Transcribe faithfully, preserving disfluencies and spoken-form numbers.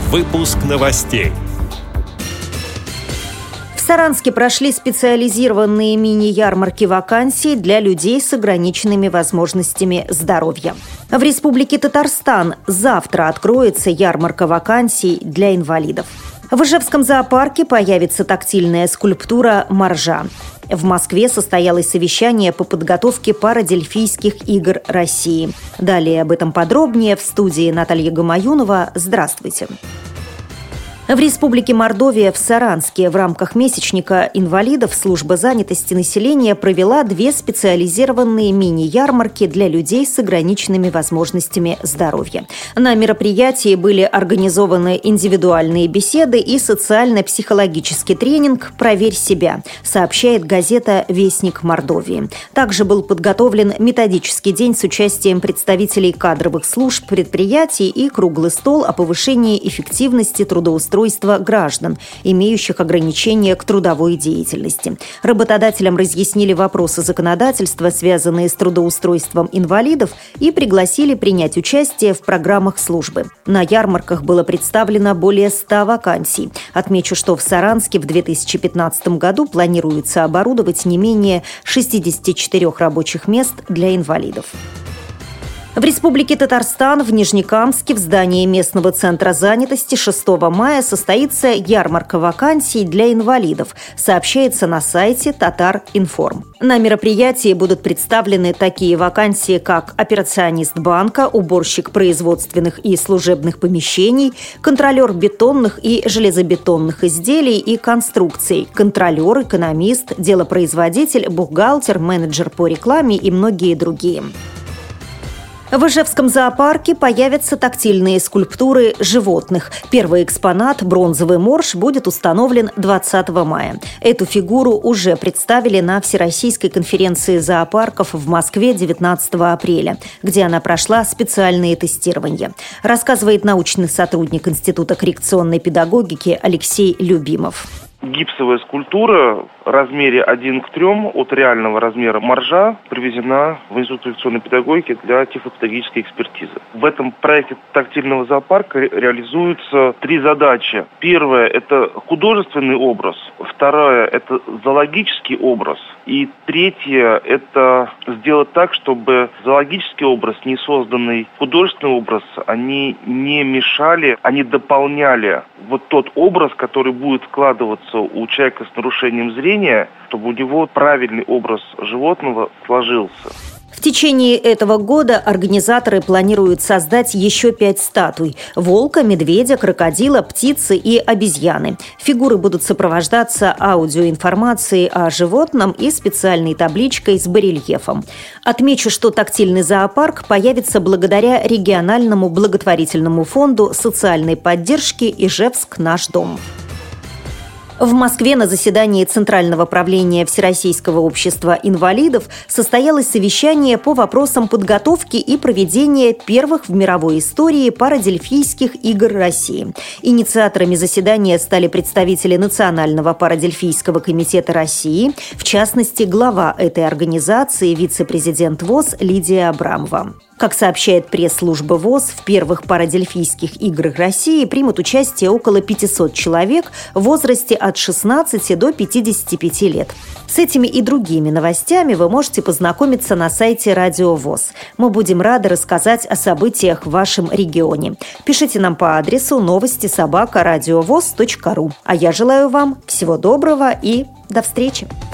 Выпуск новостей. В Саранске прошли специализированные мини-ярмарки вакансий для людей с ограниченными возможностями здоровья. В Республике Татарстан завтра откроется ярмарка вакансий для инвалидов. В Ижевском зоопарке появится тактильная скульптура «Моржа». В Москве состоялось совещание по подготовке парадельфийских игр России. Далее об этом подробнее в студии Наталья Гамаюнова. Здравствуйте. В Республике Мордовия в Саранске в рамках месячника инвалидов служба занятости населения провела две специализированные мини-ярмарки для людей с ограниченными возможностями здоровья. На мероприятии были организованы индивидуальные беседы и социально-психологический тренинг «Проверь себя», сообщает газета «Вестник Мордовии». Также был подготовлен методический день с участием представителей кадровых служб, предприятий и круглый стол о повышении эффективности трудоустройства граждан, имеющих ограничения к трудовой деятельности. Работодателям разъяснили вопросы законодательства, связанные с трудоустройством инвалидов, и пригласили принять участие в программах службы. На ярмарках было представлено более ста вакансий. Отмечу, что в Саранске в две тысячи пятнадцатом году планируется оборудовать не менее шестидесяти четырёх рабочих мест для инвалидов. В Республике Татарстан в Нижнекамске в здании местного центра занятости шестого мая состоится ярмарка вакансий для инвалидов, сообщается на сайте Татар-Информ. На мероприятии будут представлены такие вакансии, как операционист банка, уборщик производственных и служебных помещений, контролер бетонных и железобетонных изделий и конструкций, контролер, экономист, делопроизводитель, бухгалтер, менеджер по рекламе и многие другие. В Ижевском зоопарке появятся тактильные скульптуры животных. Первый экспонат, бронзовый морж, будет установлен двадцатого мая. Эту фигуру уже представили на Всероссийской конференции зоопарков в Москве девятнадцатого апреля, где она прошла специальные тестирования. Рассказывает научный сотрудник Института коррекционной педагогики Алексей Любимов. Гипсовая скульптура в размере один к трем от реального размера моржа привезена в Институт коррекционной педагогики для тифлопедагогической экспертизы. В этом проекте тактильного зоопарка ре- реализуются три задачи. Первая – это художественный образ. Вторая – это зоологический образ. И третье – это сделать так, чтобы зоологический образ, не созданный художественный образ, они не мешали, они дополняли вот тот образ, который будет складываться у человека с нарушением зрения, чтобы у него правильный образ животного сложился. В течение этого года организаторы планируют создать еще пять статуй – волка, медведя, крокодила, птицы и обезьяны. Фигуры будут сопровождаться аудиоинформацией о животном и специальной табличкой с барельефом. Отмечу, что тактильный зоопарк появится благодаря региональному благотворительному фонду социальной поддержки «Ижевск. Наш дом». В Москве на заседании Центрального правления Всероссийского общества инвалидов состоялось совещание по вопросам подготовки и проведения первых в мировой истории парадельфийских игр России. Инициаторами заседания стали представители Национального парадельфийского комитета России, в частности, глава этой организации, вице-президент ВОЗ Лидия Абрамова. Как сообщает пресс-служба ВОЗ, в первых парадельфийских играх России примут участие около пятисот человек в возрасте от шестнадцати до пятидесяти пяти лет. С этими и другими новостями вы можете познакомиться на сайте Радио ВОЗ. Мы будем рады рассказать о событиях в вашем регионе. Пишите нам по адресу новости собака радиовоз точка ру. А я желаю вам всего доброго и до встречи!